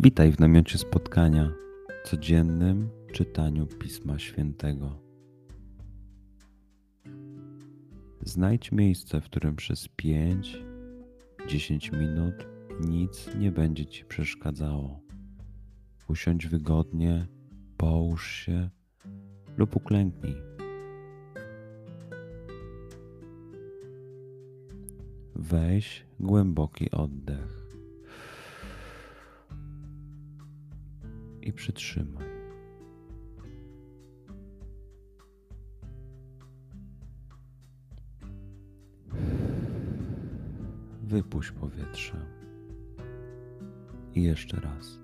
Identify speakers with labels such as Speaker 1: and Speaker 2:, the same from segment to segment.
Speaker 1: Witaj w namiocie spotkania, codziennym czytaniu Pisma Świętego. Znajdź miejsce, w którym przez 5-10 minut nic nie będzie Ci przeszkadzało. Usiądź wygodnie, połóż się lub uklęknij. Weź głęboki oddech i przytrzymaj. Wypuść powietrze. I jeszcze raz.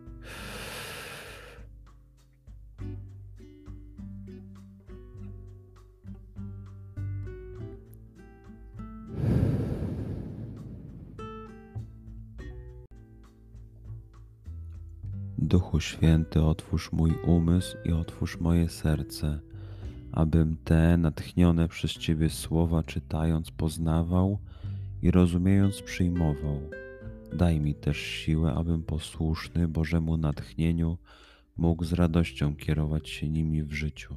Speaker 1: Duchu Święty, otwórz mój umysł i otwórz moje serce, abym te natchnione przez Ciebie słowa czytając poznawał i rozumiejąc przyjmował. Daj mi też siłę, abym posłuszny Bożemu natchnieniu mógł z radością kierować się nimi w życiu.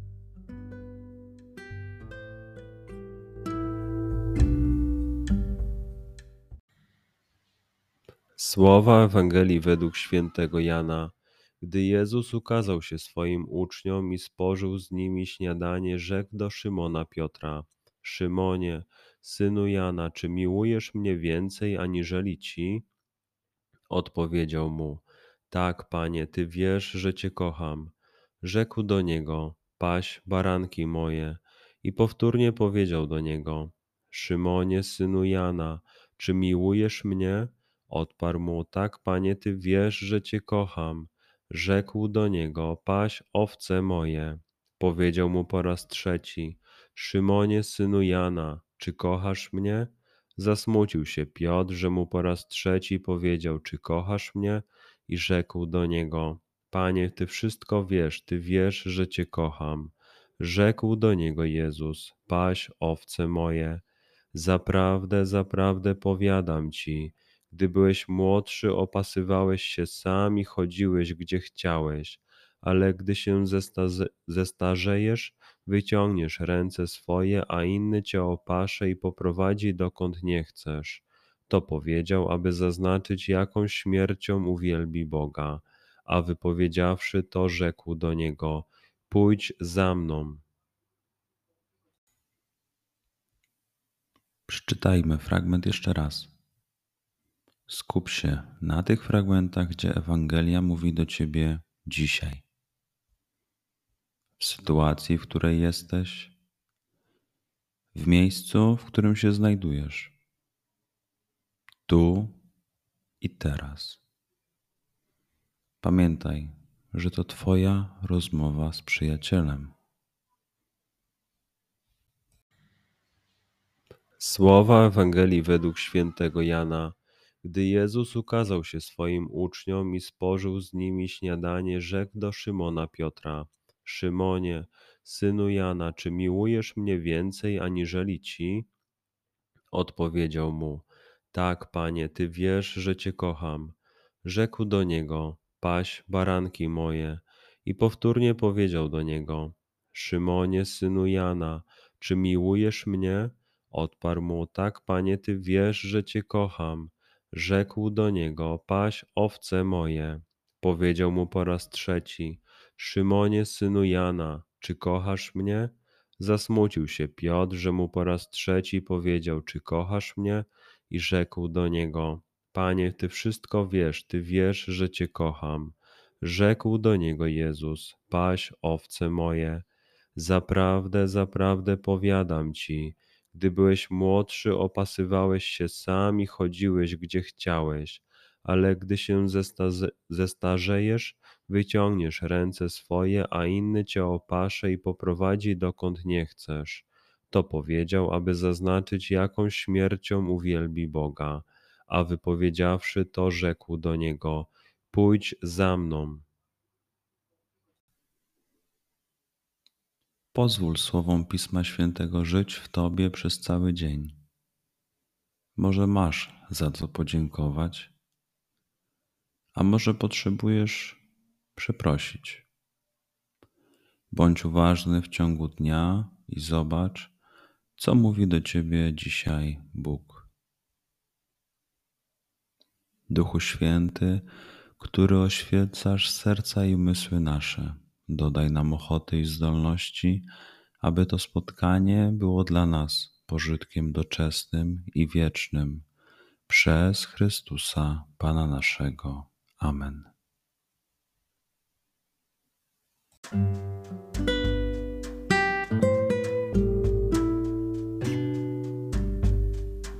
Speaker 2: Słowa Ewangelii według świętego Jana. Gdy Jezus ukazał się swoim uczniom i spożył z nimi śniadanie, rzekł do Szymona Piotra: Szymonie, synu Jana, czy miłujesz mnie więcej aniżeli ci? Odpowiedział mu: Tak, Panie, Ty wiesz, że Cię kocham. Rzekł do niego: Paś baranki moje. I powtórnie powiedział do niego: Szymonie, synu Jana, czy miłujesz mnie? Odparł mu: Tak, Panie, Ty wiesz, że Cię kocham. Rzekł do niego: Paś owce moje. Powiedział mu po raz trzeci: Szymonie, synu Jana, czy kochasz mnie? Zasmucił się Piotr, że mu po raz trzeci powiedział: Czy kochasz mnie? I rzekł do niego: Panie, Ty wszystko wiesz, Ty wiesz, że Cię kocham. Rzekł do niego Jezus: Paś owce moje. Zaprawdę, zaprawdę powiadam Ci, gdy byłeś młodszy, opasywałeś się sam i chodziłeś, gdzie chciałeś, ale gdy się zestarzejesz, wyciągniesz ręce swoje, a inny cię opasze i poprowadzi dokąd nie chcesz. To powiedział, aby zaznaczyć, jaką śmiercią uwielbi Boga. A wypowiedziawszy to, rzekł do niego: Pójdź za mną.
Speaker 1: Przeczytajmy fragment jeszcze raz. Skup się na tych fragmentach, gdzie Ewangelia mówi do Ciebie dzisiaj. W sytuacji, w której jesteś, w miejscu, w którym się znajdujesz, tu i teraz. Pamiętaj, że to Twoja rozmowa z przyjacielem.
Speaker 2: Słowa Ewangelii według świętego Jana. Gdy Jezus ukazał się swoim uczniom i spożył z nimi śniadanie, rzekł do Szymona Piotra: Szymonie, synu Jana, czy miłujesz mnie więcej aniżeli ci? Odpowiedział mu: Tak, Panie, Ty wiesz, że Cię kocham. Rzekł do niego: Paś baranki moje. I powtórnie powiedział do niego: Szymonie, synu Jana, czy miłujesz mnie? Odparł mu: Tak, Panie, Ty wiesz, że Cię kocham. Rzekł do niego: Paś owce moje. Powiedział mu po raz trzeci: Szymonie, synu Jana, czy kochasz mnie? Zasmucił się Piotr, że mu po raz trzeci powiedział: Czy kochasz mnie? I rzekł do niego: Panie, Ty wszystko wiesz, Ty wiesz, że Cię kocham. Rzekł do niego Jezus: Paś owce moje. Zaprawdę, zaprawdę powiadam Ci, gdy byłeś młodszy, opasywałeś się sam i chodziłeś, gdzie chciałeś, ale gdy się zestarzejesz, wyciągniesz ręce swoje, a inny cię opasze i poprowadzi dokąd nie chcesz. To powiedział, aby zaznaczyć, jaką śmiercią uwielbi Boga. A wypowiedziawszy to, rzekł do niego: Pójdź za mną.
Speaker 1: Pozwól słowom Pisma Świętego żyć w Tobie przez cały dzień. Może masz za co podziękować, A może potrzebujesz przeprosić? Bądź uważny w ciągu dnia i zobacz, co mówi do ciebie dzisiaj Bóg. Duchu Święty, który oświecasz serca i umysły nasze, dodaj nam ochoty i zdolności, aby to spotkanie było dla nas pożytkiem doczesnym i wiecznym. Przez Chrystusa, Pana naszego. Amen.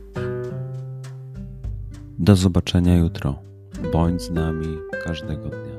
Speaker 1: Do zobaczenia jutro. Bądź z nami każdego dnia.